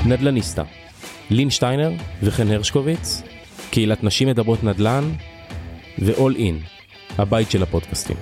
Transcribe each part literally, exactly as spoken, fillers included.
נדלניסטה, לין שטיינר וחן הרשקוביץ, קהילת נשים מדברות נדל"ן, ו-All In, הבית של הפודקאסטים.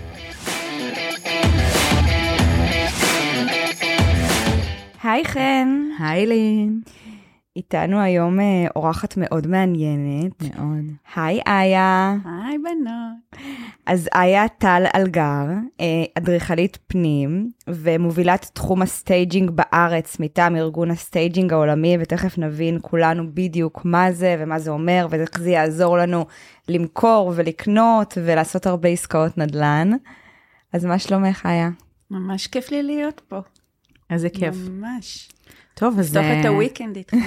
היי חן. היי לין. איתנו היום אורחת מאוד מעניינת. מאוד. היי איה. היי בנות. אז איה טל אלגר, אדריכלית פנים, ומובילת תחום הסטייג'ינג בארץ, מטעם ארגון הסטייג'ינג העולמי, ותכף נבין כולנו בדיוק מה זה ומה זה אומר, ואיך זה יעזור לנו למכור ולקנות, ולעשות הרבה עסקאות נדל"ן. אז מה שלומך איה? ממש כיף לי להיות פה. איזה כיף. ממש. טוב, אז... סוף את הוויקנד איתכם.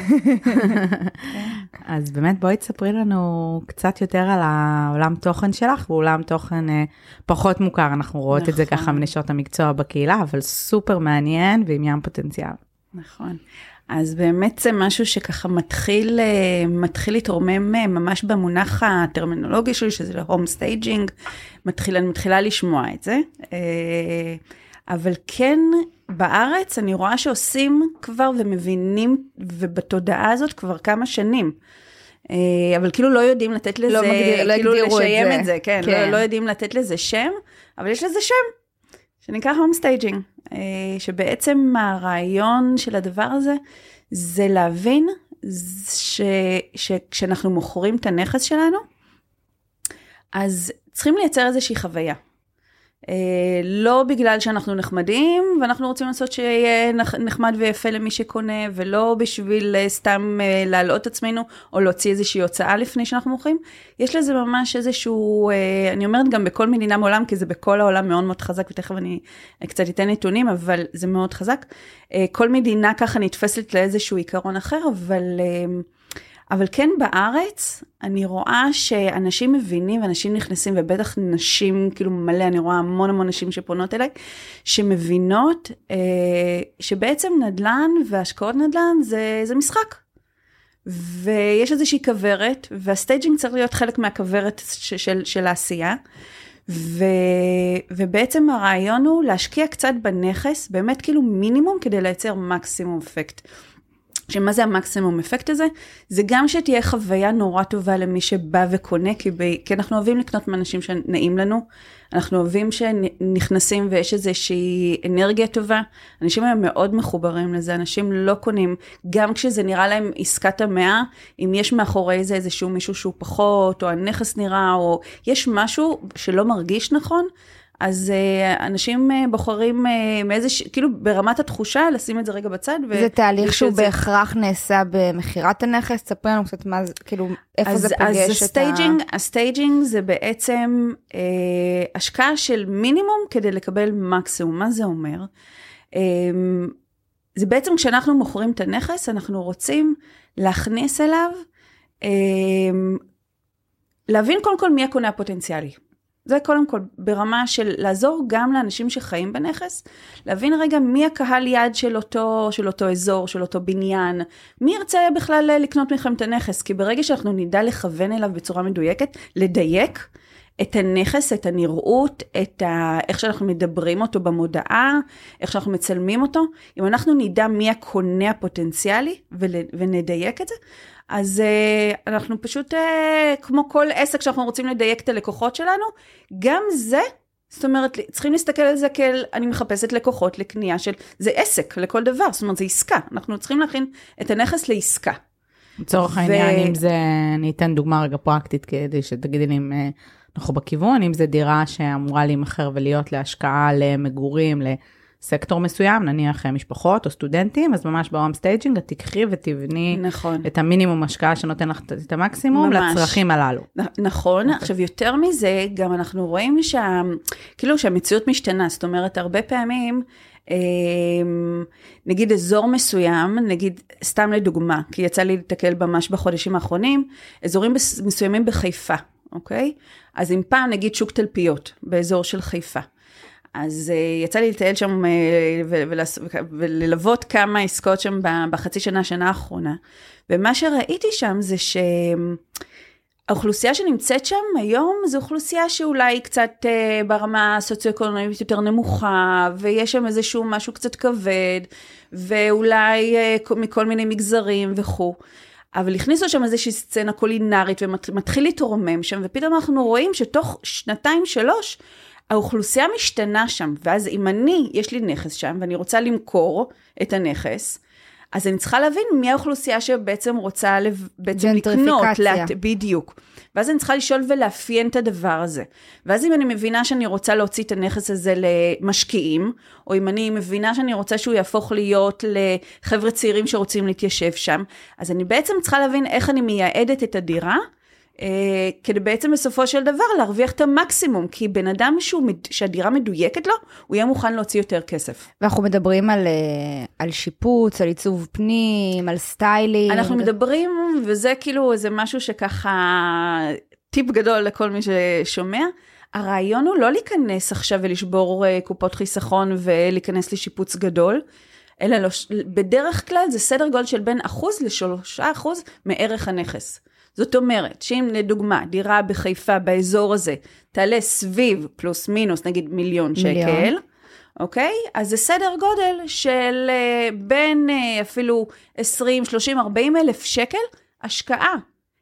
אז באמת בואי תספרי לנו קצת יותר על העולם תוכן שלך, ועולם תוכן פחות מוכר, אנחנו רואות את זה ככה מנשות המקצוע בקהילה, אבל סופר מעניין ועם ים פוטנציאל. נכון. אז באמת זה משהו שככה מתחיל, מתחיל להתרומם ממש במונח הטרמינולוגי שלי, שזה להום סטייג'ינג, מתחילה, אני מתחילה לשמוע את זה. אבל כן, בארץ אני רואה שעושים כבר ומבינים, ובתודעה הזאת כבר כמה שנים. אבל כאילו לא יודעים לתת לזה, לא מגדיר, לא כאילו לשיים את זה. את זה, כן, כן. לא, לא יודעים לתת לזה שם, אבל יש לזה שם, שנקרא הום סטייג'ינג, שבעצם הרעיון של הדבר הזה, זה להבין ש, שכשאנחנו מוכרים את הנכס שלנו, אז צריכים לייצר איזושהי חוויה. לא בגלל שאנחנו נחמדים, ואנחנו רוצים לעשות שיהיה נחמד ויפה למי שקונה, ולא בשביל סתם להעלות עצמנו, או להוציא איזושהי הוצאה לפני שאנחנו מוכרים. יש לזה ממש איזשהו, אני אומרת גם בכל מדינה מעולם, כי זה בכל העולם מאוד מאוד חזק, ותכף אני קצת אתן נתונים, אבל זה מאוד חזק. כל מדינה ככה נתפסת לאיזשהו עיקרון אחר, אבל... אבל כן בארץ, אני רואה שאנשים מבינים, ואנשים נכנסים, ובטח נשים, כאילו מלא, אני רואה המון המון נשים שפונות אליי, שמבינות אה, שבעצם נדל"ן והשקעות נדל"ן זה, זה משחק. ויש איזושהי כברת, והסטייג'ינג צריך להיות חלק מהכברת של, של, של העשייה, ו, ובעצם הרעיון הוא להשקיע קצת בנכס, באמת כאילו מינימום כדי לייצר מקסימום אפקט. שמה זה המקסימום אפקט הזה? זה גם שתהיה חוויה נורא טובה למי שבא וקונה, כי, ב... כי אנחנו אוהבים לקנות מאנשים שנעים לנו, אנחנו אוהבים שנכנסים ויש איזושהי אנרגיה טובה, אנשים הם מאוד מחוברים לזה, אנשים לא קונים, גם כשזה נראה להם עסקת המאה, אם יש מאחורי זה איזשהו מישהו שהוא פחות, או הנכס נראה, או יש משהו שלא מרגיש נכון, אז uh, אנשים uh, בוחרים uh, מאיזה, כאילו ברמת התחושה, לשים את זה רגע בצד. זה תהליך שהוא זה... בהכרח נעשה במחירת הנכס, תספרי לנו קצת מה, כאילו, איפה אז, זה פוגש אז את הסטייג'ינג, ה... הסטייג'ינג זה בעצם uh, השקעה של מינימום כדי לקבל מקסימום. מה זה אומר? Um, זה בעצם כשאנחנו מוכרים את הנכס, אנחנו רוצים להכניס אליו, um, להבין קודם כל מי הקונה הפוטנציאלי. זה קודם כל ברמה של לעזור גם לאנשים שחיים בנכס, להבין רגע מי הקהל יעד של אותו, של אותו אזור, של אותו בניין, מי ירצה בכלל לקנות מכם את הנכס, כי ברגע שאנחנו נדע לכוון אליו בצורה מדויקת, לדייק את הנכס, את הנראות, את ה... איך שאנחנו מדברים אותו במודעה, איך שאנחנו מצלמים אותו, אם אנחנו נדע מי הקונה הפוטנציאלי ול... ונדייק את זה, אז uh, אנחנו פשוט, uh, כמו כל עסק שאנחנו רוצים לדייק את הלקוחות שלנו, גם זה, זאת אומרת, צריכים להסתכל על זה כאל, אני מחפשת לקוחות לקנייה של, זה עסק לכל דבר, זאת אומרת, זה עסקה, אנחנו צריכים להכין את הנכס לעסקה. לצורך העניין, אם זה, אני אתן דוגמה רגע פרקטית, כדי שתגידי לי אם אנחנו בכיוון, אם זה דירה שאמורה להימחר ולהיות להשקעה למגורים, סקטור מסוים, נניח משפחות או סטודנטים, אז ממש בהום סטייג'ינג, את תקחי ותבני נכון. את המינימום השקעה שנותן לך את המקסימום ממש. לצרכים הללו. נכון, okay. עכשיו יותר מזה, גם אנחנו רואים שה, כאילו שהמציאות משתנה, זאת אומרת, הרבה פעמים, נגיד אזור מסוים, נגיד סתם לדוגמה, כי יצא לי לתקל ממש בחודשים האחרונים, אזורים מסוימים בחיפה, אוקיי? אז אם פעם נגיד שוק תלפיות, באזור של חיפה, אז uh, יצא לי לטייל שם uh, וללוות כמה עסקאות שם בחצי שנה, שנה האחרונה. ומה שראיתי שם זה האוכלוסייה שנמצאת שם היום, זו אוכלוסייה שאולי קצת אה, ברמה הסוציו-אקונומית יותר נמוכה, ויש שם איזשהו משהו קצת כבד, ואולי אה, מכל מיני מגזרים וכו'. אבל הכניסו שם איזושהי סצנה קולינרית, ומתחיל להתרומם שם, ופתאום אנחנו רואים שתוך שנתיים, שלוש, האוכלוסייה משתנה שם, ואז אם אני, יש לי נכס שם, ואני רוצה למכור את הנכס, אז אני צריכה להבין מי האוכלוסייה שבעצם רוצה בעצם לקנות, לת... בדיוק. ואז אני צריכה לשאול ולאפיין את הדבר הזה. ואז אם אני מבינה שאני רוצה להוציא את הנכס הזה למשקיעים, או אם אני מבינה שאני רוצה שהוא יהפוך להיות לחבר'ה צעירים שרוצים להתיישב שם, אז אני בעצם צריכה להבין איך אני מייעדת את הדירה, כדי בעצם בסופו של דבר להרוויח את המקסימום, כי בן אדם שהוא, שהדירה מדויקת לו, הוא יהיה מוכן להוציא יותר כסף. ואנחנו מדברים על, על שיפוץ, על עיצוב פנים, על סטיילינג. אנחנו מדברים, וזה כאילו איזה משהו שככה, טיפ גדול לכל מי ששומע, הרעיון הוא לא להיכנס עכשיו ולשבור קופות חיסכון ולהיכנס לשיפוץ גדול, אלא לא, בדרך כלל זה סדר גודל של בין אחוז לשלושה אחוז מערך הנכס. זאת אומרת, שאם לדוגמה דירה בחיפה באזור הזה תעלה סביב פלוס מינוס נגיד מיליון שקל, אוקיי? אז זה סדר גודל של בין אפילו עשרים, שלושים, ארבעים אלף שקל השקעה.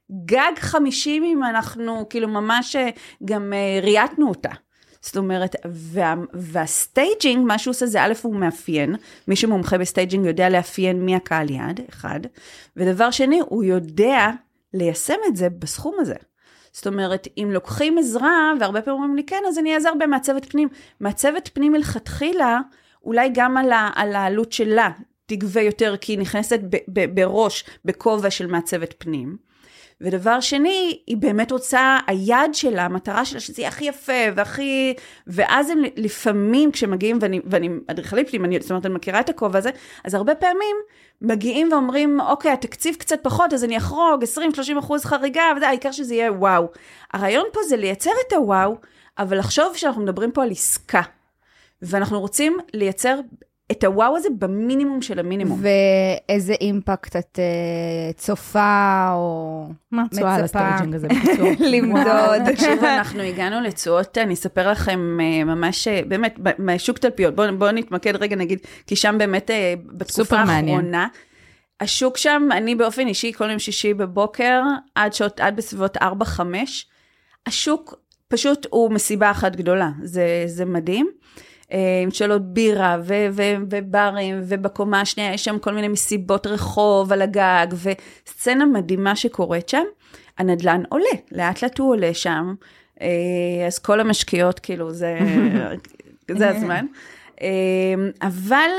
גג חמישים אם אנחנו כאילו ממש גם ריאטנו אותה. זאת אומרת, וה, והסטייג'ינג, מה שהוא עושה זה א' הוא מאפיין, מי שמומחה בסטייג'ינג יודע לאפיין מי הקהל יעד, אחד, ודבר שני, הוא יודע ליישם את זה בסכום הזה. זאת אומרת, אם לוקחים עזרה, והרבה פעמים אומרים לי, כן, אז אני אעזר במעצבת פנים. מעצבת פנים מלכתחילה, אולי גם על, ה, על העלות שלה, תגבה יותר, כי היא נכנסת ב, ב, בראש, בכובע של מעצבת פנים. ודבר שני, היא באמת רוצה, היד שלה, המטרה שלה, שזה יהיה הכי יפה, והכי, ואז הם לפעמים, כשמגיעים, ואני, ואני אדריכלית פנים, אני, זאת אומרת, אני מכירה את הכובע הזה, אז הרבה פעמים מגיעים ואומרים, אוקיי, התקציב קצת פחות, אז אני אחרוג, עשרים שלושים אחוז חריגה, וזה, העיקר שזה יהיה וואו. הרעיון פה זה לייצר את הוואו, אבל לחשוב שאנחנו מדברים פה על עסקה, ואנחנו רוצים לייצר את הוואו הזה במינימום של המינימום. ואיזה אימפקט את uh, צופה או מה צועה על הסטייג'ינג הזה בקיצור? למדוד. תקשיבו, אנחנו הגענו לצועות, אני אספר לכם uh, ממש, באמת, מהשוק תלפיות, בואו בוא נתמקד רגע נגיד, כי שם באמת uh, בתקופה האחרונה, השוק שם, אני באופן אישי, כל יום שישי בבוקר, עד שעות, עד בסביבות ארבע חמש, השוק פשוט הוא מסיבה אחת גדולה, זה, זה מדהים. עם שאלות בירה ו- ו- וברים, ובקומה השנייה יש שם כל מיני מסיבות רחוב על הגג, וסצנה מדהימה שקורית שם. הנדלן עולה, לאט לאט הוא עולה שם, אז כל המשקיעות כאילו זה, זה הזמן. אבל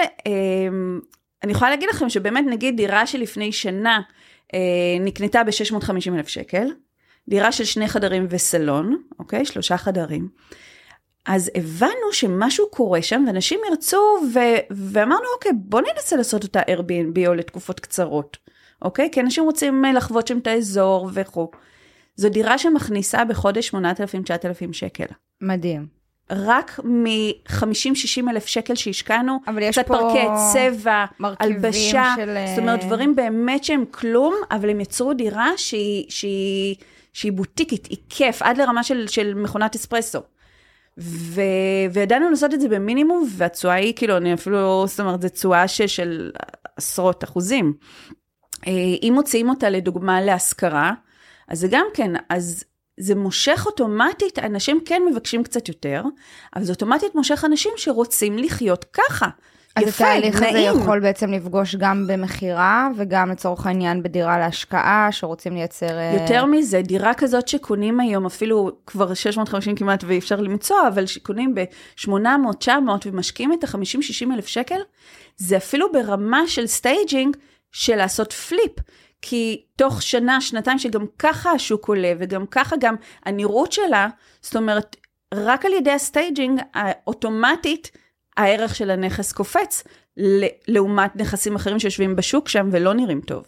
אני יכולה להגיד לכם שבאמת נגיד דירה שלפני שנה נקנתה ב-שש מאות וחמישים אלף שקל, דירה של שני חדרים וסלון, אוקיי, שלושה חדרים, אז הבנו שמשהו קורה שם, ואנשים ירצו, ו- ואמרנו, אוקיי, בוא ננסה לעשות אותה Airbnb או לתקופות קצרות, אוקיי? כי אנשים רוצים לחוות שם את האזור וכו'. זו דירה שמכניסה בחודש שמונת אלפים תשעת אלפים שקל. מדהים. רק מ-חמישים שישים אלף שקל שהשקענו, קצת פרקי צבע, הלבשה, של... זאת אומרת, דברים באמת שהם כלום, אבל הם יצרו דירה שהיא, שהיא, שהיא בוטיקית, היא כיף, עד לרמה של, של מכונת אספרסו. ו... וידענו לעשות את זה במינימום, והצועה היא, כאילו, אני אפילו, זאת אומרת, זו צועה ש... של עשרות אחוזים. אם מוציאים אותה לדוגמה להשכרה, אז זה גם כן, אז זה מושך אוטומטית, אנשים כן מבקשים קצת יותר, אבל זה אוטומטית מושך אנשים שרוצים לחיות ככה. אז יפה, התהליך נעים. הזה יכול בעצם לפגוש גם במחירה, וגם לצורך העניין בדירה להשקעה, שרוצים לייצר... יותר מזה, דירה כזאת שקונים היום, אפילו כבר שש מאות וחמישים כמעט ואי אפשר למצוא, אבל שקונים ב-שמונה מאות תשע מאות ומשקיעים את ה-חמישים שישים אלף שקל, זה אפילו ברמה של סטייג'ינג, של לעשות פליפ. כי תוך שנה, שנתיים, שגם ככה השוק עולה, וגם ככה גם הנראות שלה, זאת אומרת, רק על ידי הסטייג'ינג, האוטומטית, הערך של הנכס קופץ, לעומת נכסים אחרים שיושבים בשוק שם, ולא נראים טוב.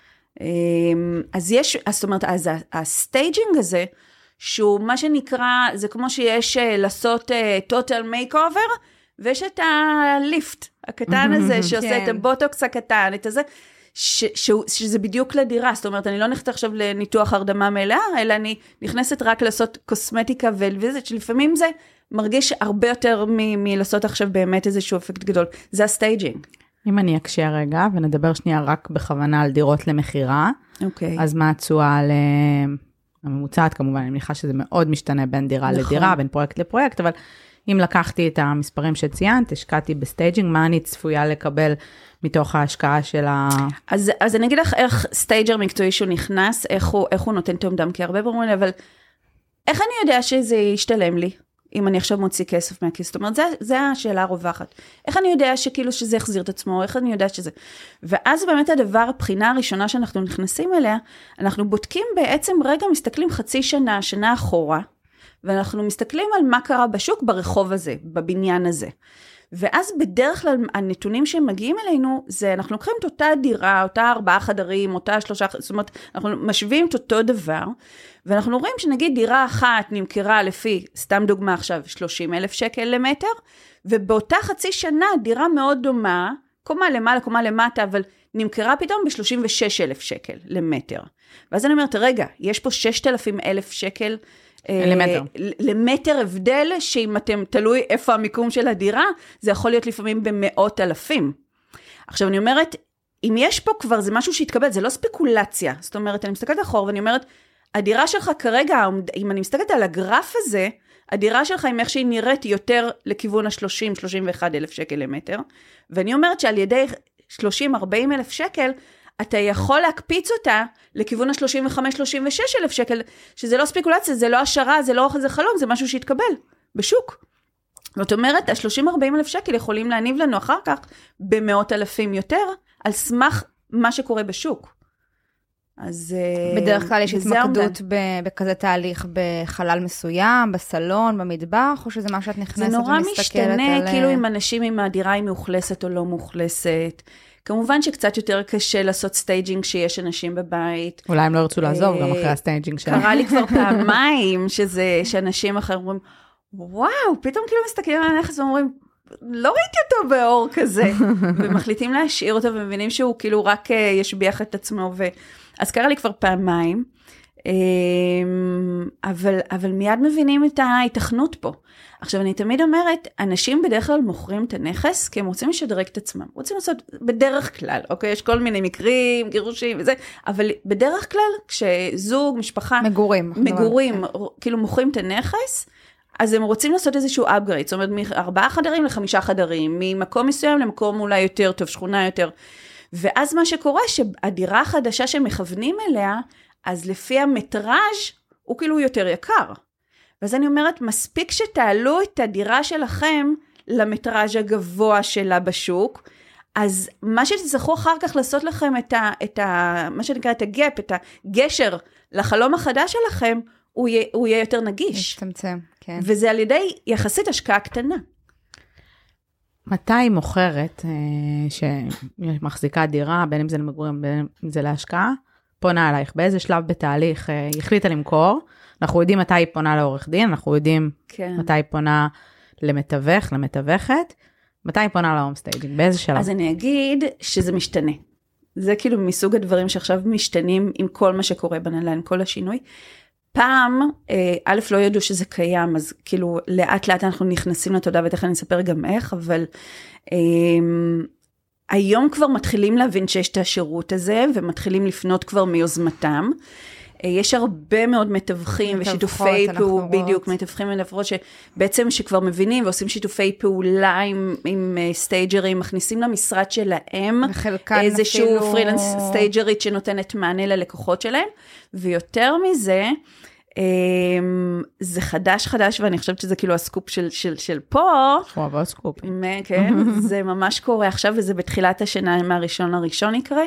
אז יש, זאת אומרת, אז הסטייג'ינג הזה, שהוא מה שנקרא, זה כמו שיש לעשות total makeover, ויש את הליפט הקטן הזה, שעושה את הבוטוקס הקטן, את הזה, ש, ש, שזה בדיוק לדירה, זאת אומרת, אני לא נכנסת עכשיו לניתוח הרדמה מלאה, אלא אני נכנסת רק לעשות קוסמטיקה ולוויזית, שלפעמים זה מרגיש הרבה יותר מ- מלעשות עכשיו באמת איזשהו אפקט גדול. זה הסטייג'ינג. אם אני אקשה רגע, ונדבר שנייה רק בכוונה על דירות למחירה, אוקיי. אז מה התשואה על... הממוצעת כמובן, אני מניחה שזה מאוד משתנה בין דירה נכון. לדירה, בין פרויקט לפרויקט, אבל אם לקחתי את המספרים שציינת, השקעתי בסטייג'ינג, מה אני צפויה לקבל מתוך ההשקעה של ה... אז, אז אני אגיד לך איך סטייג'ר מקצועי שהוא נכנס, איך הוא, איך הוא נותן תומדם, כי הרבה ברור לי, אבל איך אני יודע שזה ישתלם לי, אם אני עכשיו מוציא כסף מהכיס? זאת אומרת, זה, זה השאלה הרווחת. איך אני יודע שכאילו שזה יחזיר את עצמו, איך אני יודע שזה... ואז באמת הדבר, הבחינה הראשונה שאנחנו נכנסים אליה, אנחנו בודקים בעצם רגע, מסתכלים חצי שנה, שנה אחורה, ואנחנו מסתכלים על מה קרה בשוק ברחוב הזה, בבניין הזה. ואז בדרך כלל הנתונים שמגיעים אלינו, זה אנחנו לוקחים את אותה דירה, אותה ארבעה חדרים, אותה שלושה, זאת אומרת, אנחנו משווים את אותו דבר, ואנחנו רואים שנגיד דירה אחת נמכרה לפי, סתם דוגמה עכשיו, שלושים אלף שקל למטר, ובאותה חצי שנה דירה מאוד דומה, קומה למעלה, קומה למטה, אבל נמכרה פתאום ב-שלושים ושש אלף שקל למטר. ואז אני אומרת, רגע, יש פה ששת אלפים אלף שקל, למטר. למטר הבדל, שאם אתם תלוי איפה המיקום של הדירה, זה יכול להיות לפעמים במאות אלפים. עכשיו אני אומרת, אם יש פה כבר, זה משהו שהתקבל, זה לא ספקולציה. זאת אומרת, אני מסתכלת אחורה, ואני אומרת, הדירה שלך כרגע, אם אני מסתכלת על הגרף הזה, הדירה שלך, עם איך שהיא נראית, יותר לכיוון ה-שלושים שלושים ואחד אלף שקל למטר, ואני אומרת שעל ידי שלושים ארבעים אלף שקל, אתה יכול להקפיץ אותה לכיוון ה-שלושים וחמש שלושים ושש אלף שקל, שזה לא ספקולציה, זה לא השערה, זה לא זה חלום, זה משהו שהתקבל בשוק. זאת אומרת, ה-שלושים ארבעים אלף שקל יכולים להניב לנו אחר כך במאות אלפים יותר, על סמך מה שקורה בשוק. אז בדרך כלל יש התמקדות בכזה תהליך בחלל מסוים, בסלון, במטבח, או שזה מה שאת נכנסת ומסתכלת עליהם? זה נורא משתנה, כאילו עם אנשים, אם הדירה היא מאוכלסת או לא מאוכלסת. כמובן שקצת יותר קשה לעשות סטייג'ינג שיש אנשים בבית. אולי הם לא ירצו לעזוב גם אחרי הסטייג'ינג שלהם. קרה לי כבר פעמיים, שזה, שאנשים אחרים אומרים, וואו, פתאום כאילו מסתכלים על הנכס ואומרים, לא ראיתי אותו באור כזה, ומחליטים להשאיר אותו, ומבינים שהוא כאילו רק ישביח את עצמו, ו... אז קרה לי כבר פעמיים, אבל, אבל מיד מבינים את ההתכנות פה. עכשיו, אני תמיד אומרת, אנשים בדרך כלל מוכרים את הנכס, כי הם רוצים לשדרג את עצמם. רוצים לעשות בדרך כלל, אוקיי? יש כל מיני מקרים, גירושים וזה, אבל בדרך כלל, כשזוג, משפחה... מגורים. מגורים, כאילו מוכרים את הנכס, אז הם רוצים לעשות איזשהו upgrade, זאת אומרת, מארבעה חדרים לחמישה חדרים, ממקום מסוים למקום אולי יותר טוב, שכונה יותר. ואז מה שקורה, שהדירה החדשה שמכוונים אליה, אז לפי המטראז' הוא כאילו יותר יקר. ואז אני אומרת, מספיק שתעלו את הדירה שלכם למטראז' הגבוה שלה בשוק, אז מה שתצטרכו אחר כך לעשות לכם את ה, את ה, מה שנקרא את הגאפ, את הגשר לחלום החדש שלכם, הוא יהיה, הוא יהיה יותר נגיש. מצטמצם, כן. וזה על ידי יחסית השקעה קטנה. מתי היא מוכרת, שמחזיקה דירה, בין אם זה למגורים, בין אם זה להשקעה, פונה עלייך, באיזה שלב בתהליך היא החליטה למכור, אנחנו יודעים מתי היא פונה לעורך דין, אנחנו יודעים כן. מתי היא פונה למתווך, למתווכת, מתי היא פונה להום סטייג'ינג, באיזה שלב? אז אני אגיד שזה משתנה. זה כאילו מסוג הדברים שעכשיו משתנים עם כל מה שקורה בנדל"ן, כל השינוי. פעם, א' לא ידעו שזה קיים, אז כאילו לאט לאט אנחנו נכנסים לתודעה, ותכף אני אספר גם איך, אבל היום כבר מתחילים להבין שיש את השירות הזה, ומתחילים לפנות כבר מיוזמתם. יש הרבה מאוד מתווכים ושיתופי פעולה, בדיוק, מתווכים ונפרות, שבעצם שכבר מבינים ועושים שיתופי פעולה עם, עם סטייג'רים, מכניסים למשרד שלהם, איזשהו אפילו... פרילנס סטייג'רית שנותנת מענה ללקוחות שלהם, ויותר מזה, זה חדש חדש, ואני חושבת שזה כאילו הסקופ של, של, של פה. וואו, הסקופ. כן, זה ממש קורה עכשיו, וזה בתחילת השנה, מהראשון לראשון יקרה.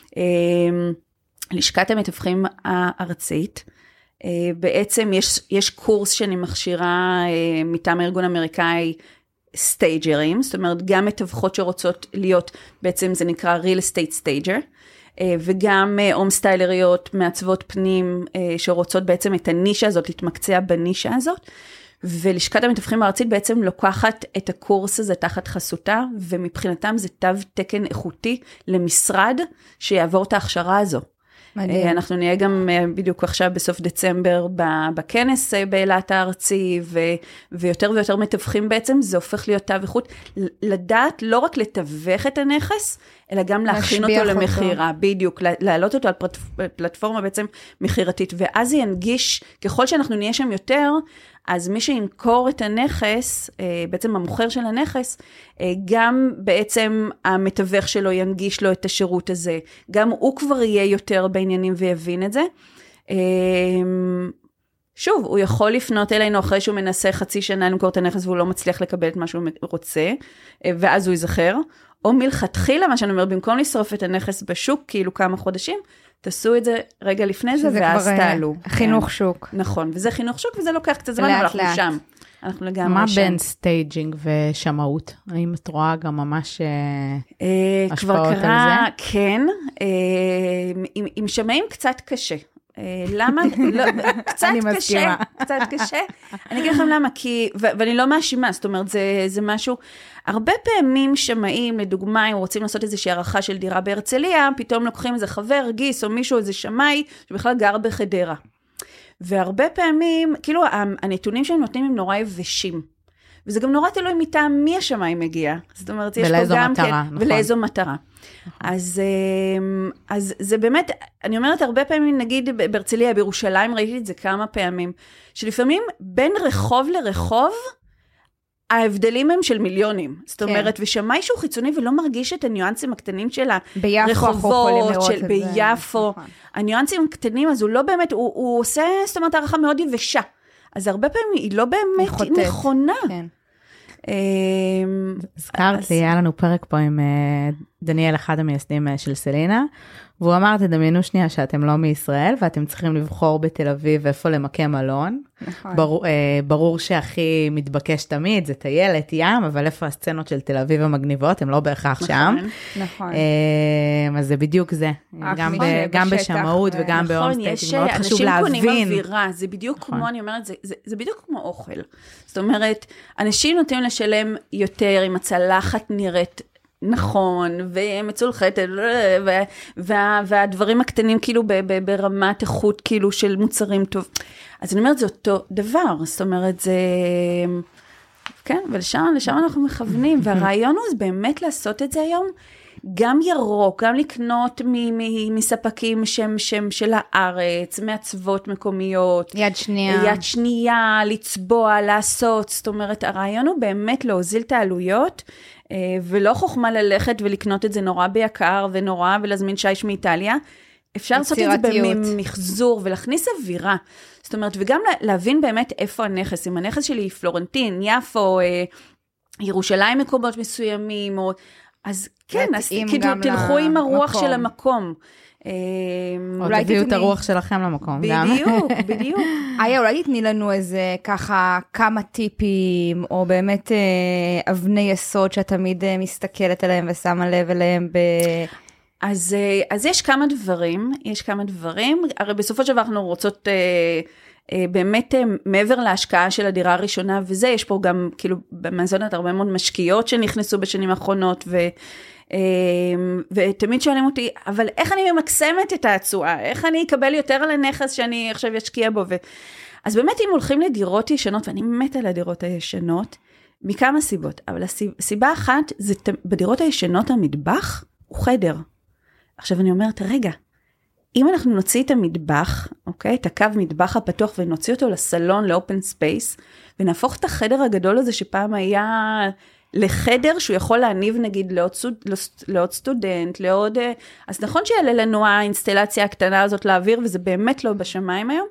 לשכת המתווכים הארצית, בעצם יש, יש קורס שאני מכשירה מטעם הארגון האמריקאי סטייג'רים, זאת אומרת גם מתווכות שרוצות להיות, בעצם זה נקרא real estate stager, וגם הום סטיילריות מעצבות פנים שרוצות בעצם את הנישה הזאת, להתמקצע בנישה הזאת, ולשכת המתווכים הארצית בעצם לוקחת את הקורס הזה תחת חסותה, ומבחינתם זה תו תקן איכותי למשרד שיעבור את ההכשרה הזו. מדהים. אנחנו נהיה גם בדיוק עכשיו בסוף דצמבר בכנס באילת הארצי, ו, ויותר ויותר מתווכים בעצם, זה הופך להיות תו איכות, לדעת לא רק לתווך את הנכס, אלא גם להכין אותו למחירה, בדיוק, להעלות אותו על פלטפורמה בעצם מחירתית, ואז זה ינגיש, ככל שאנחנו נהיה שם יותר, אז מי שינקור את הנכס, בעצם המוכר של הנכס, גם בעצם המתווך שלו ינגיש לו את השירות הזה, גם הוא כבר יהיה יותר בעניינים ויבין את זה. שוב, הוא יכול לפנות אלינו אחרי שהוא מנסה חצי שנה למכור את הנכס, והוא לא מצליח לקבל את מה שהוא רוצה, ואז הוא יזכר, או מלכתחילה, מה שאני אומר, במקום לשרוף את הנכס בשוק, כאילו כמה חודשים, תעשו את זה רגע לפני זה, ואז תעלו. חינוך שוק. נכון, וזה חינוך שוק, וזה לוקח קצת זמן, אבל אנחנו שם. אנחנו לגמרי שם. מה בין סטייג'ינג ושמאות? האם את רואה גם ממש השפעות על זה? כן, עם שמאים קצת קשה. למה? קצת קשה, קצת קשה. אני אגיד לכם למה, כי, ואני לא מאשימה, זאת אומרת, זה משהו, הרבה פעמים שמאים, לדוגמה, אם רוצים לעשות איזושהי הערכה של דירה בהרצליה, פתאום לוקחים איזה חבר, גיס, או מישהו, איזה שמאי, שבכלל גר בחדרה. והרבה פעמים, כאילו, הנתונים שהם נותנים הם נורא יבשים. וזה גם נורא תלוי מטעם מי השמאי מגיע. זאת אומרת, יש פה גם כן, ולאיזו מטרה. אז, אז זה באמת, אני אומרת הרבה פעמים, נגיד בהרצליה, בירושלים, ראיתי את זה כמה פעמים, שלפעמים בין רחוב לרחוב, ההבדלים הם של מיליונים. זאת אומרת, ושמאי שהוא חיצוני ולא מרגיש את הניואנסים הקטנים של הרחובות, של ביפו. הניואנסים הקטנים, אז הוא לא באמת, הוא, הוא עושה, זאת אומרת, הערכה מאוד יבשה. אז הרבה פעמים היא לא באמת נכונה. כן. הזכרת לי, היה לנו פרק פה עם דניאל, אחד המייסדים של סלינה, והוא אמר, תדמיינו שנייה שאתם לא מישראל, ואתם צריכים לבחור בתל אביב איפה למקם מלון. ברור שהכי מתבקש תמיד, זה טיילת, ים, אבל איפה הסצנות של תל אביב המגניבות, הם לא בהכרח שם. נכון. אז זה בדיוק זה. גם בשמאות וגם באונסטייטינג, מאוד חשוב להבין. אנשים קונים אווירה, זה בדיוק כמו, אני אומרת, זה בדיוק כמו אוכל. זאת אומרת, אנשים נוטים לשלם יותר, אם הצלחת נראית נכון, ומצולחת, והדברים הקטנים כאילו ברמת איכות כאילו של מוצרים טוב. אז אני אומרת, זה אותו דבר, זאת אומרת, זה, כן, ולשם, לשם אנחנו מכוונים, והרעיון הוא באמת לעשות את זה היום, גם ירוק, גם לקנות מספקים שם שם של הארץ, מעצבות מקומיות. יד שנייה. יד שנייה, לצבוע, לעשות, זאת אומרת, הרעיון הוא באמת להוזיל את העלויות, ולא חוכמה ללכת ולקנות את זה נורא ביקר ונורא, ולהזמין שיש מאיטליה. אפשר לעשות את זה במחזור, ולהכניס אווירה. זאת אומרת, וגם להבין באמת איפה הנכס. אם הנכס שלי פלורנטין, יפו, ירושלים מקומות מסוימים, או... אז כן, אז כאילו תלכו עם הרוח של המקום. או תביאו את הרוח שלכם למקום. בדיוק, בדיוק. איה, אולי תתני לנו איזה ככה כמה טיפים, או באמת אבני יסוד שאת תמיד מסתכלת עליהם ושמה לב אליהם ב... אז, אז יש כמה דברים, יש כמה דברים, הרי בסופו של דבר אנחנו רוצות באמת מעבר להשקעה של הדירה הראשונה, וזה יש פה גם כאילו במזונות הרבה מאוד משקיעות שנכנסו בשנים האחרונות, ו... ותמיד שואלים אותי, אבל איך אני ממקסמת את התשואה? איך אני אקבל יותר על הנכס שאני עכשיו אשקיע בו? ו... אז באמת אם הולכים לדירות ישנות, ואני מתה על הדירות הישנות, מכמה סיבות, אבל הסיבה אחת, זה בדירות הישנות המטבח הוא חדר. עכשיו אני אומרת, רגע, אם אנחנו נוציא את המטבח, אוקיי, את הקו מטבח הפתוח, ונוציא אותו לסלון, לאופן ספייס, ונהפוך את החדר הגדול הזה, שפעם היה לחדר, שהוא יכול להניב נגיד לעוד, סוד, לעוד סטודנט, לעוד... אז נכון שיעלה לנו האינסטלציה הקטנה הזאת לאוויר, וזה באמת לא בשמיים היום,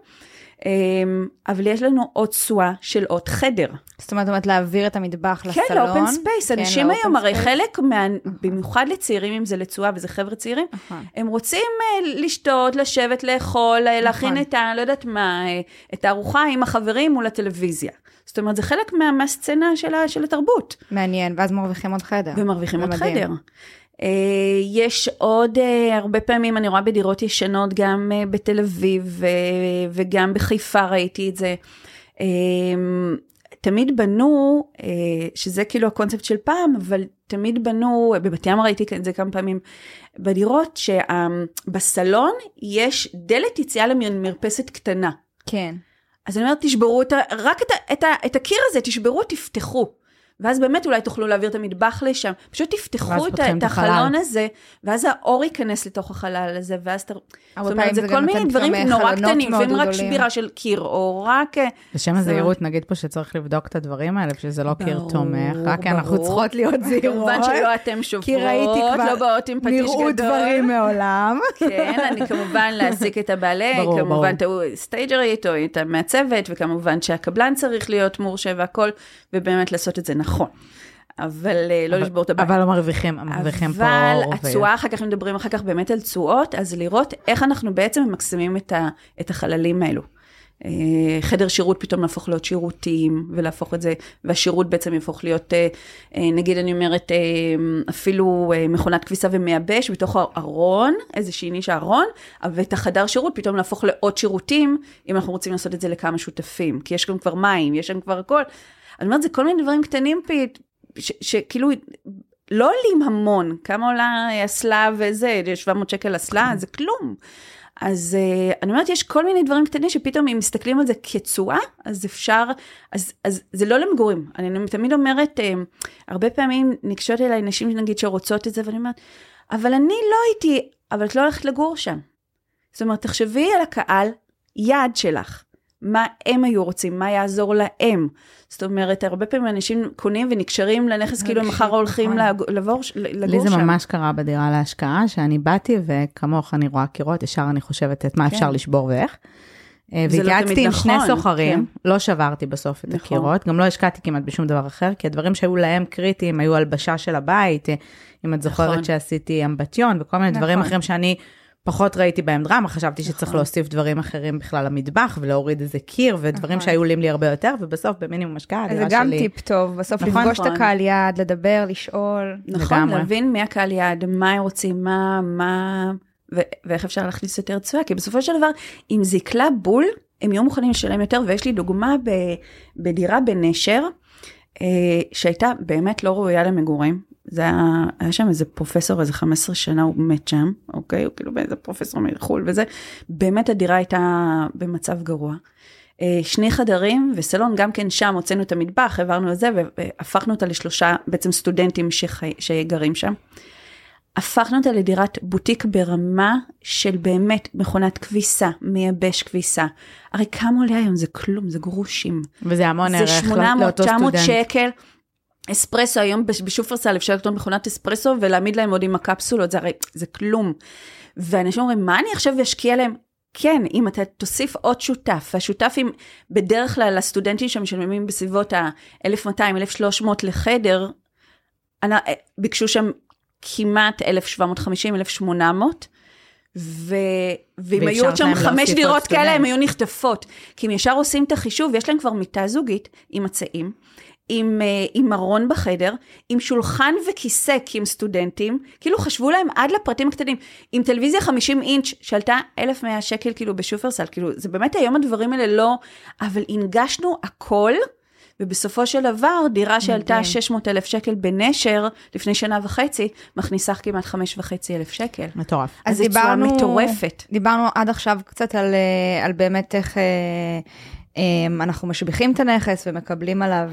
אבל יש לנו עוד צועה של עוד חדר. זאת אומרת, להעביר את המטבח לסלון. כן, לאופן ספייס. אנשים היום, הרי חלק, במיוחד לצעירים, אם זה לצועה וזה חבר'ה צעירים, הם רוצים לשתות, לשבת, לאכול, להכין את ה... לא יודעת מה, את הארוחה עם החברים מול הטלוויזיה. זאת אומרת, זה חלק מהסצנה של התרבות. מעניין, ואז מרוויחים עוד חדר. ומרוויחים עוד חדר. יש עוד הרבה פעמים, אני רואה בדירות ישנות, גם בתל אביב וגם בחיפה ראיתי את זה. תמיד בנו, שזה כאילו הקונספט של פעם, אבל תמיד בנו, בבת ים ראיתי את זה כמה פעמים, בדירות שבסלון יש דלת יציאה למרפסת קטנה. כן. אז אני אומרת, תשברו את, רק את, את, את הקיר הזה, תשברו, תפתחו. ואז באמת אולי תוכלו להעביר את המטבח לשם. פשוט תפתחו את, את החלון הזה, ואז האור ייכנס לתוך החלל הזה, ואז אתה... זאת אומרת, זה כל מיני דברים נורא קטנים, ואם רק שבירה של קיר, או רק... לשם הזהירות, נגיד פה שצריך לבדוק את הדברים האלה, שזה לא קיר תומך, רק אנחנו צריכות להיות זהירות. כמובן שלא אתם שופרות, לא באות עם פטיש גדול. נראו דברים מעולם. כן, אני כמובן להעסיק את הבעלי, כמובן סטייג'רית, או את המעצבת, וכמובן שהקבלן צריך להיות מורשה והכל, ובאמת לעשות את זה נכון. אבל לא לשבור את הבית. אבל לא מרוויחים, מרוויחים פה אבל התשואה, אחר כך מדברים אחר כך באמת על תשואות, אז לראות איך אנחנו בעצם ממקסמים את החללים האלו. חדר שירות פתאום להפוך להיות שירותים, ולהפוך את זה, והשירות בעצם יהפוך להיות, נגיד אני אומרת, אפילו מכונת כביסה ומייבש, בתוך הארון, איזושהי נישה ארון, ואת החדר שירות פתאום להפוך לעוד שירותים, אם אנחנו רוצים לעשות את זה לכמה שותפים, כי יש גם כבר מים, יש גם כבר הכל. אני אומרת, זה כל מיני דברים קטנים פית, שכאילו לא עולים המון, כמה עולה אסלה וזה, שבע מאות שקל אסלה, זה כלום. אז אני אומרת, יש כל מיני דברים קטנים שפתאום אם מסתכלים על זה כצועה, אז אפשר, אז, אז זה לא למגורים. אני תמיד אומרת, הרבה פעמים נקשות אליי נשים נגיד שרוצות את זה, ואני אומרת, אבל אני לא הייתי, אבל את לא הולכת לגור שם. זאת אומרת, תחשבי על הקהל, יעד שלך. מה הם היו רוצים, מה יעזור להם. זאת אומרת, הרבה פעמים אנשים קונים ונקשרים לנכס, כאילו הם מחר הולכים לגור שם. לי זה ממש קרה בדירה להשקעה, שאני באתי וכמוך אני רואה קירות, ישר אני חושבת את מה אפשר לשבור ואיך. והתייעצתי עם שני סוחרים, לא שברתי בסוף את הקירות, גם לא השקעתי כמעט בשום דבר אחר, כי הדברים שהיו להם קריטיים, היו הלבשה של הבית, אם את זוכרת שעשיתי אמבטיון, וכל מיני דברים אחרים שאני פחות ראיתי בהם דרמה, חשבתי שצריך להוסיף דברים אחרים בכלל למטבח, ולהוריד איזה קיר, ודברים שהיו עולים לי הרבה יותר, ובסוף במינימום השקעה, זה גם טיפ טוב, בסוף לפגוש את הקהל יעד, לדבר, לשאול. נכון, להבין מי הקהל יעד, מה הם רוצים, מה, מה, ואיך אפשר להכניס יותר תשואה, כי בסופו של דבר, אם זה יקלה בול, הם יהיו מוכנים לשלם יותר, ויש לי דוגמה בדירה בנשר, שהייתה באמת לא ראויה למגורים, זה היה, היה שם איזה פרופסור, איזה חמש עשרה שנה, הוא מת שם, אוקיי? הוא כאילו באיזה פרופסור מחול וזה. באמת הדירה הייתה במצב גרוע. שני חדרים וסלון, גם כן שם הוצאנו את המטבח, העברנו את זה, והפכנו אותה לשלושה בעצם סטודנטים שחי, שגרים שם. הפכנו אותה לדירת בוטיק ברמה של באמת מכונת כביסה, מייבש כביסה. הרי כמה עולה היום? זה כלום, זה גרושים. וזה המון ערך לאותו סטודנט. זה שמונה מאות תשע מאות שקל. אספרסו, היום בשופרסל אפשר לקנות מכונת אספרסו, ולהעמיד להם עוד עם הקפסולות, זה הרי, זה כלום. ואנשים אומרים, מה אני עכשיו אשקיע להם? כן, אם אתה תוסיף עוד שותף, והשותפים בדרך כלל לסטודנטים שמשלמים בסביבות ה-אלף מאתיים אלף ושלוש מאות לחדר, ביקשו שם כמעט אלף שבע מאות וחמישים אלף ושמונה מאות, ו... ואם היו שם חמש דירות כאלה, הם היו נחטפות. כי אם ישר עושים את החישוב, יש להם כבר מיטה זוגית עם מצעים, עם, עם ארון בחדר, עם שולחן וכיסא, כי הם סטודנטים, כאילו חשבו להם עד לפרטים הקטנים, עם טלוויזיה חמישים אינץ' שעלתה אלף ומאה שקל כאילו בשופרסל, כאילו זה באמת היום הדברים האלה לא, אבל הנגשנו הכל, ובסופו של דבר דירה שעלתה שש מאות אלף שקל בנשר, לפני שנה וחצי, מכניסה כמעט חמש וחצי אלף שקל. מטורף. אז דיברנו, מטורפת. דיברנו עד עכשיו קצת על, על באמת איך... אנחנו משביחים את הנכס ומקבלים עליו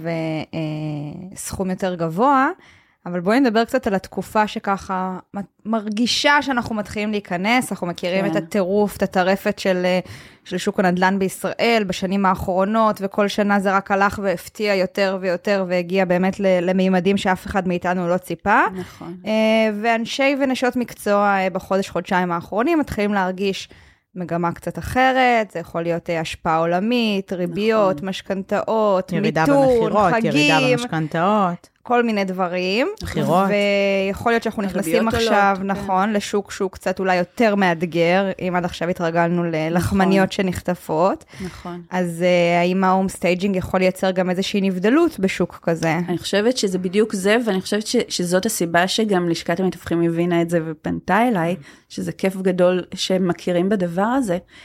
סכום יותר גבוה, אבל בואי נדבר קצת על התקופה שככה מרגישה שאנחנו מתחילים להיכנס, אנחנו מכירים את הטירוף, את הטרפת של, של שוק הנדל"ן בישראל בשנים האחרונות, וכל שנה זה רק הלך והפתיע יותר ויותר, והגיע באמת למימדים שאף אחד מאיתנו לא ציפה. נכון. ואנשי ונשות מקצוע בחודש, חודשיים האחרונים מתחילים להרגיש מגמה קצת אחרת, זה יכול להיות השפעה עולמית, ריביות, נכון. משכנתאות, ירידה מיתון, במחירות, חגים, ירידה במשכנתאות, כל מיני דברים. בחירות. ויכול להיות שאנחנו נכנסים עכשיו, עולות, נכון, כן. לשוק שהוא קצת אולי יותר מאתגר, אם עד עכשיו התרגלנו ללחמניות נכון. שנחטפות. נכון. אז uh, האם ההום סטייג'ינג יכול לייצר גם איזושהי נבדלות בשוק כזה? אני חושבת שזה בדיוק זה, ואני חושבת ש, שזאת הסיבה שגם לשכת המתווכים הבינה את זה ופנתה אליי, שזה כיף גדול שמכירים בדבר הזה.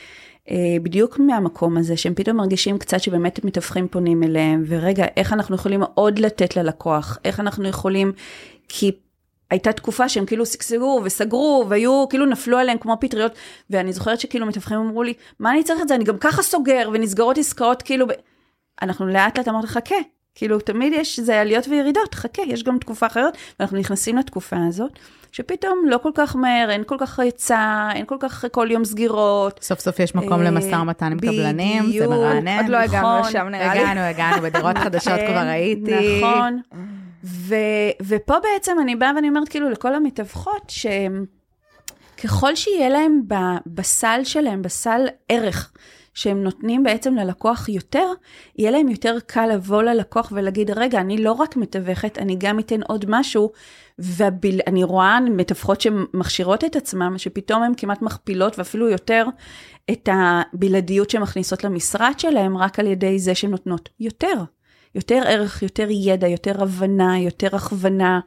בדיוק מהמקום הזה, שהם פתאום מרגישים קצת שבאמת מתווכים פונים אליהם, ורגע, איך אנחנו יכולים עוד לתת ללקוח, איך אנחנו יכולים, כי הייתה תקופה שהם כאילו סגרו וסגרו, והיו, כאילו נפלו עליהם כמו פטריות, ואני זוכרת שכאילו מתווכים אמרו לי, מה אני צריך את זה? אני גם ככה סוגר, ונסגרות עסקאות, כאילו, ב... אנחנו לאט לאט אמרת, חכה, כאילו, תמיד יש, זה עליות וירידות, חכה, יש גם תקופה אחרת, ואנחנו נכנסים לתקופה הזאת, שפתאום לא כל כך מהר, אין כל כך יצא, אין כל כך כל יום סגירות. סוף סוף יש מקום למשא ומתן עם קבלנים, זה מרענן. עוד לא הגענו לשם נראה לי. הגענו, הגענו, בדירות חדשות כבר ראיתי. נכון. ופה בעצם אני באה ואני אומרת כאילו לכל המתווכות, שככל שיהיה להם בסל שלהם, בסל ערך, שהם נותנים בעצם ללקוח יותר, יהיה להם יותר קל לבוא ללקוח ולהגיד, רגע, אני לא רק מתווכת, אני גם אתן עוד משהו, ואני רואה מתווכות שמכשירות את עצמם, שפתאום הן כמעט מכפילות, ואפילו יותר את הבלעדיות שמכניסות למשרד שלהם, רק על ידי זה שהן נותנות יותר. יותר ערך, יותר ידע, יותר הבנה, יותר הכוונה.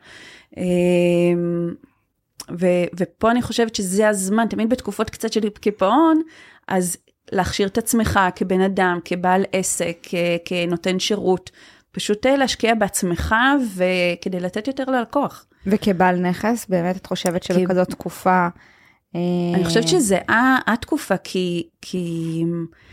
ו- ופה אני חושבת שזה הזמן, תמיד בתקופות קצת של קיפאון, אז להכשיר את עצמך כבן אדם, כבעל עסק, כ- כנותן שירות, פשוט להשקיע בעצמך וכדי לתת יותר ללקוח. וכבעל נכס, באמת את חושבת שבכזאת כי... תקופה... אני חושבת שזה התקופה, כי... כי...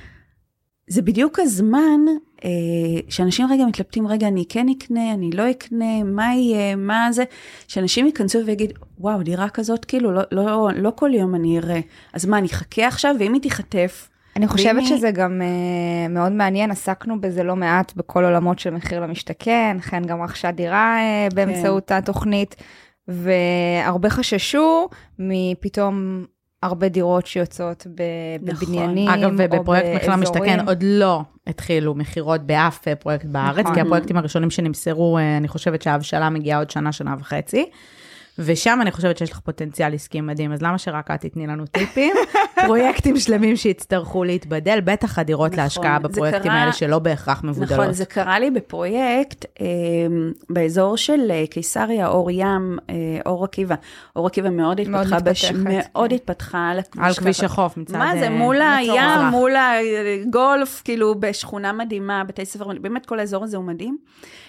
זה בדיוק הזמן אה, שאנשים רגע מתלבטים, רגע, אני כן אקנה, אני לא אקנה, מה יהיה, מה זה, שאנשים ייכנסו ויגיד, וואו, דירה כזאת, כאילו, לא, לא, לא כל יום אני אראה. אז מה, אני אחכה עכשיו, ואם היא תיחטף? אני חושבת שזה גם אה, מאוד מעניין, עסקנו בזה לא מעט בכל עולמות של מחיר למשתכן, כן, גם רכשה דירה אה, באמצעות התוכנית, והרבה חששו מפתאום... הרבה דירות שיוצאות בבניינים, אגב, ובפרויקט מחיר למשתכן עוד לא התחילו מחירות באף פרויקט בארץ, כי הפרויקטים הראשונים שנמסרו, אני חושבת שההבשלה מגיעה עוד שנה, שנה וחצי, ושם אני חושבת שיש לך פוטנציאל עסקי מדהים, אז למה שרק את תתני לנו טיפים? פרויקטים שלמים שיצטרכו להתבדל, בטח הדירות נכון, להשקעה בפרויקטים קרה, האלה שלא בהכרח מבודלות. נכון, זה קרה לי בפרויקט, אה, באזור של קיסריה, אור ים, אה, אור עקיבא. אור עקיבא מאוד התפתחה, מאוד, בש... מאוד התפתחה על על כביש החוף, מצד... מה זה, מול הים, מול הגולף, כאילו בשכונה מדהימה, בתי ספר, באמת כל האזור הזה הוא מדהים.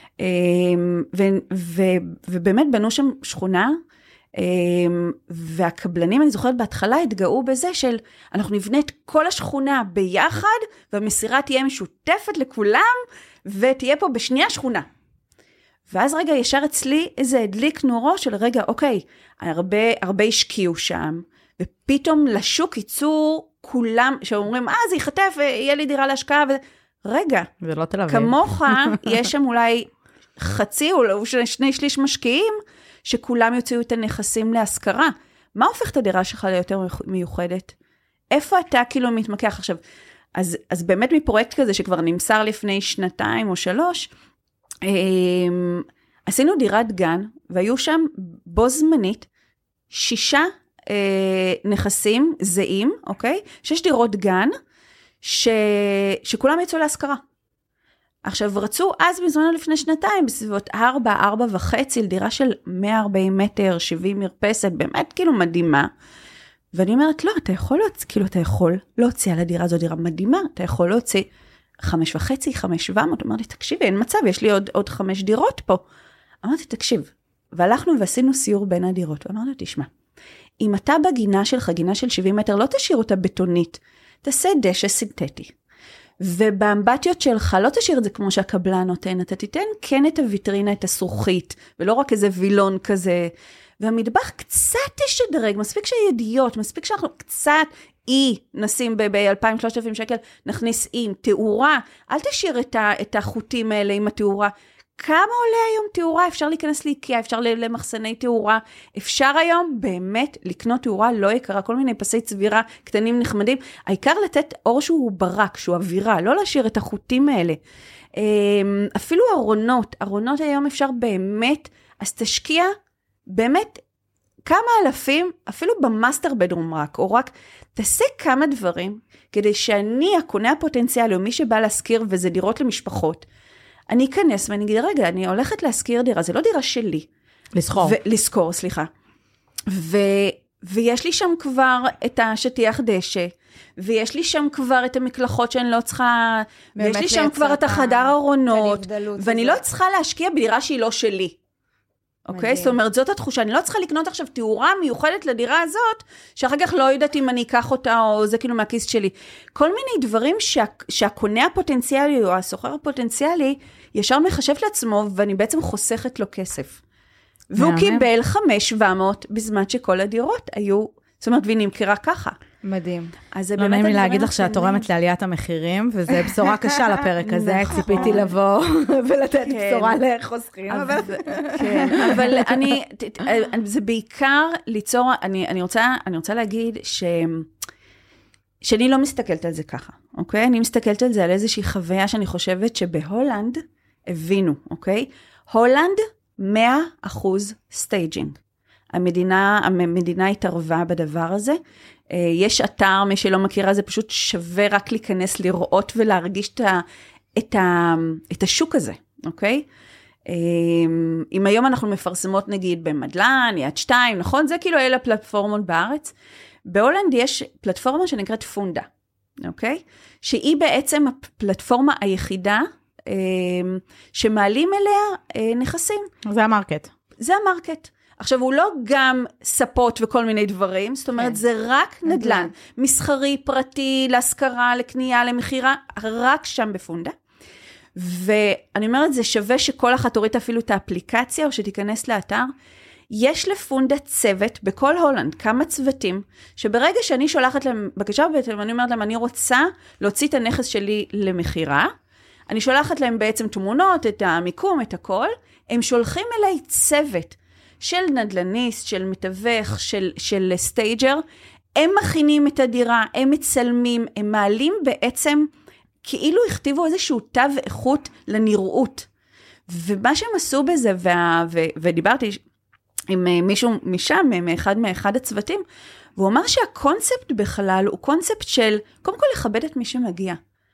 ו, ו, ובאמת בנו שם שכונה, והקבלנים, אני זוכרת בהתחלה, התגאו בזה של, אנחנו נבנה את כל השכונה ביחד, והמסירה תהיה משותפת לכולם, ותהיה פה בשנייה שכונה. ואז רגע ישר אצלי איזה הדליק נורו של רגע, אוקיי, הרבה, הרבה השקיעו שם, ופתאום לשוק ייצור כולם, שאומרים, אה, זה יחטף, יהיה לי דירה להשקעה, ו... רגע, ולא תל אביב. כמוך, יש שם אולי חצי, או שני שליש משקיעים, שכולם יוציאו את הנכסים להשכרה. מה הופך את הדירה שלך ליותר מיוחדת? איפה אתה כאילו מתמקח עכשיו? אז, אז באמת מפרויקט כזה, שכבר נמסר לפני שנתיים או שלוש, עשינו דירת גן, והיו שם בו זמנית, שישה אה, נכסים זהים, אוקיי? שש דירות גן, ש... שכולם יצאו להשכרה. עכשיו, רצו אז בזמנו לפני שנתיים, בסביבות ארבע, ארבע וחצי, לדירה של מאה וארבעים מטר, שבעים מרפסת, באמת כאילו מדהימה. ואני אומרת, לא, אתה יכול להוציא, כאילו אתה יכול להוציא על הדירה, זו דירה מדהימה, אתה יכול להוציא חמש וחצי, חמש שבע מאות, אמרתי, תקשיבי, אין מצב, יש לי עוד, עוד חמש דירות פה. אמרתי, תקשיב, והלכנו ועשינו סיור בין הדירות, ואמרנו, תשמע, אם אתה בגינה שלך, גינה של שבעים מטר, לא תשאיר אותה בטונית, תעשה דשא סינתטי. ובאמבטיות שלך, לא תשאיר את זה כמו שהקבלן נותן, אתה תיתן כן את הוויטרינה, את הסרוכית, ולא רק איזה וילון כזה. והמטבח קצת תשדרג, מספיק שהידיעות, מספיק שאנחנו קצת אי נשים ב-אלפיים שלושת אלפים שקל, נכניס עם תאורה, אל תשאיר את, ה- את החוטים האלה עם התאורה. כמה עולה היום תאורה? אפשר להיכנס לאיקאה, אפשר למחסני תאורה, אפשר היום באמת לקנות תאורה לא יקרה, כל מיני פסי צבירה קטנים נחמדים, העיקר לתת אור שהוא ברק, שהוא אווירה, לא להשאיר את החוטים האלה. אפילו ארונות, ארונות היום אפשר באמת, אז תשקיע באמת כמה אלפים, אפילו במאסטר בדרום רק, או רק תעשה כמה דברים, כדי שאני, הקונה הפוטנציאלי, או מי שבא להזכיר, וזה דירות למשפחות, אני אכנס ואני אגיד, רגע, אני הולכת להזכיר דירה, זה לא דירה שלי. לזכור. לזכור, סליחה. ו, ויש לי שם כבר את השטיח דשא, ויש לי שם כבר את המקלחות שאני לא צריכה, ויש לי שם כבר את החדר ארונות, ואני לא צריכה להשקיע בדירה שהיא לא שלי. אוקיי? זאת אומרת, זאת התחושה. אני לא צריכה לקנות עכשיו תאורה מיוחדת לדירה הזאת, שאחר כך לא יודעת אם אני אקח אותה, או זה כאילו מהכיס שלי. כל מיני דברים שה, שהקונה הפוטנציאלי, או הסוחר הפוטנציאלי, ישר מחשב לעצמו, ואני בעצם חוסכת לו כסף. והוא קיבל חמש שבע מאות, בזמן שכל הדירות היו, זאת אומרת, והיא נמכרה ככה. מדהים. אז זה באמת... לא נעים לי להגיד לך שאת תורמת לעליית המחירים, וזה בשורה קשה לפרק הזה, ציפיתי לבוא ולתת בשורה לחוסכים. כן, אבל אני, זה בעיקר ליצור, אני רוצה, אני רוצה להגיד ש... שאני לא מסתכלת על זה ככה, אוקיי? אני מסתכלת על זה על איזושהי חוויה שאני חושבת שבהולנד הבינו, אוקיי? הולנד מאה אחוז סטייג'ינג. המדינה, המדינה התערבה בדבר הזה. יש אתר, מי שלא מכירה, זה פשוט שווה רק להיכנס, לראות ולהרגיש את, ה, את, ה, את השוק הזה, אוקיי? אם היום אנחנו מפרסמות נגיד במדלן, יד שתיים, נכון? זה כאילו אלה פלטפורמות בארץ. בהולנד יש פלטפורמה שנקראת פונדה, אוקיי? שהיא בעצם הפלטפורמה היחידה שמעלים אליה נכסים. זה המרקט. זה המרקט. עכשיו, הוא לא גם ספות וכל מיני דברים, זאת אומרת, כן. זה רק נדל"ן. נדל"ן. מסחרי, פרטי, להשכרה, לקנייה, למחירה, רק שם בפונדה. ואני אומרת, זה שווה שכל אחת תוריד אפילו את האפליקציה, או שתיכנס לאתר. יש לפונדה צוות בכל הולנד, כמה צוותים, שברגע שאני שולחת להם בקשה, ואני אומרת להם, אני רוצה להוציא את הנכס שלי למחירה, אני שולחת להם בעצם תמונות, את המיקום, את הכל, הם שולחים אליי צוות, של נדלניסט, של מתווך, של, של סטייג'ר, הם מכינים את הדירה, הם מצלמים, הם מעלים בעצם, כאילו הכתיבו איזשהו תו איכות לנראות. ומה שהם עשו בזה, וה, ו, ודיברתי עם מישהו משם, מאחד מאחד הצוותים, והוא אמר שהקונספט בכלל הוא קונספט של, קודם כל לכבד את מי שמגיע.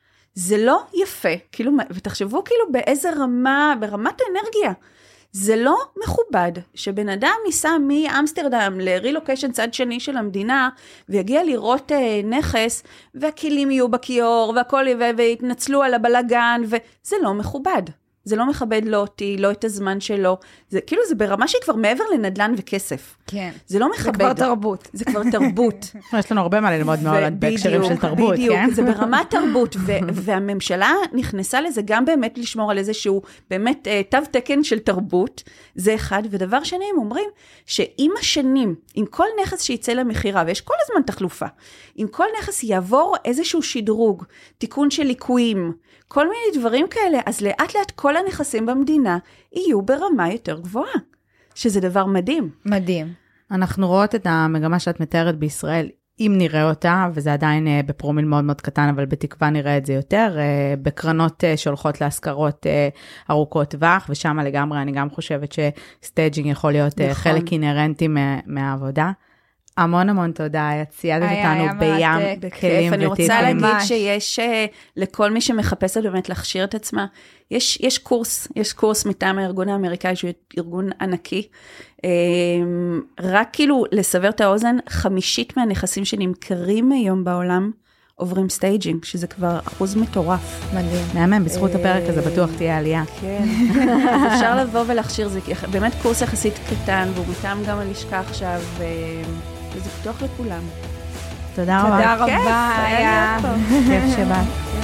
זה לא יפה, כאילו, ותחשבו כאילו באיזה רמה, ברמת האנרגיה, זה לא מכובד שבן אדם ניסה מאמסטרדם לרילוקיישן צד שני של המדינה, ויגיע לראות אה, נכס, והכלים יהיו בכיור, והכל, והתנצלו על הבלגן, וזה לא מכובד. זה לא מכבד לא אותי, לא את הזמן שלו. זה כאילו, זה ברמה שהיא כבר מעבר לנדלן וכסף. כן. זה לא מכבד. זה כבר תרבות. זה כבר תרבות. יש לנו הרבה מה ללמוד מהולנד בהקשרים של תרבות, כן? בדיוק, זה ברמת תרבות, והממשלה נכנסה לזה גם באמת לשמור על איזשהו, באמת, תו תקן של תרבות, זה אחד, ודבר שני, הם אומרים, שעם השנים, עם כל נכס שיצא למחירה, ויש כל הזמן תחלופה, עם כל נכס יעבור איזשהו שדרוג, תיקון של ליקויים, כל מיני דברים כאלה, אז לאט לאט כל הנכסים במדינה יהיו ברמה יותר גבוהה, שזה דבר מדהים. מדהים. אנחנו רואות את המגמה שאת מתארת בישראל, אם נראה אותה, וזה עדיין בפרומיל מאוד מאוד קטן, אבל בתקווה נראה את זה יותר, בקרנות שהולכות להשכרות ארוכות טווח, ושם לגמרי אני גם חושבת שסטייג'ינג יכול להיות נכון. חלק אינרנטי מהעבודה. המון המון תודה, את ציידת אותנו בים, כלים וטיפים. אני רוצה להגיד שיש לכל מי שמחפשת באמת להכשיר את עצמה, יש, יש קורס, יש קורס מטעם הארגון האמריקאי, שהוא ארגון ענקי, רק כאילו לסבר את האוזן, חמישית מהנכסים שנמכרים היום בעולם, עוברים סטייג'ינג, שזה כבר אחוז מטורף. מדהים. מהמם, בזכות הפרק הזה בטוח תהיה עלייה. כן. אז אפשר לבוא ולהכשיר, זה באמת קורס יחסית קטן, והוא מטעם גם הלשכה עכשיו, וזה פתוח לכולם. תודה רבה. תודה רבה, היה כיף שבאת.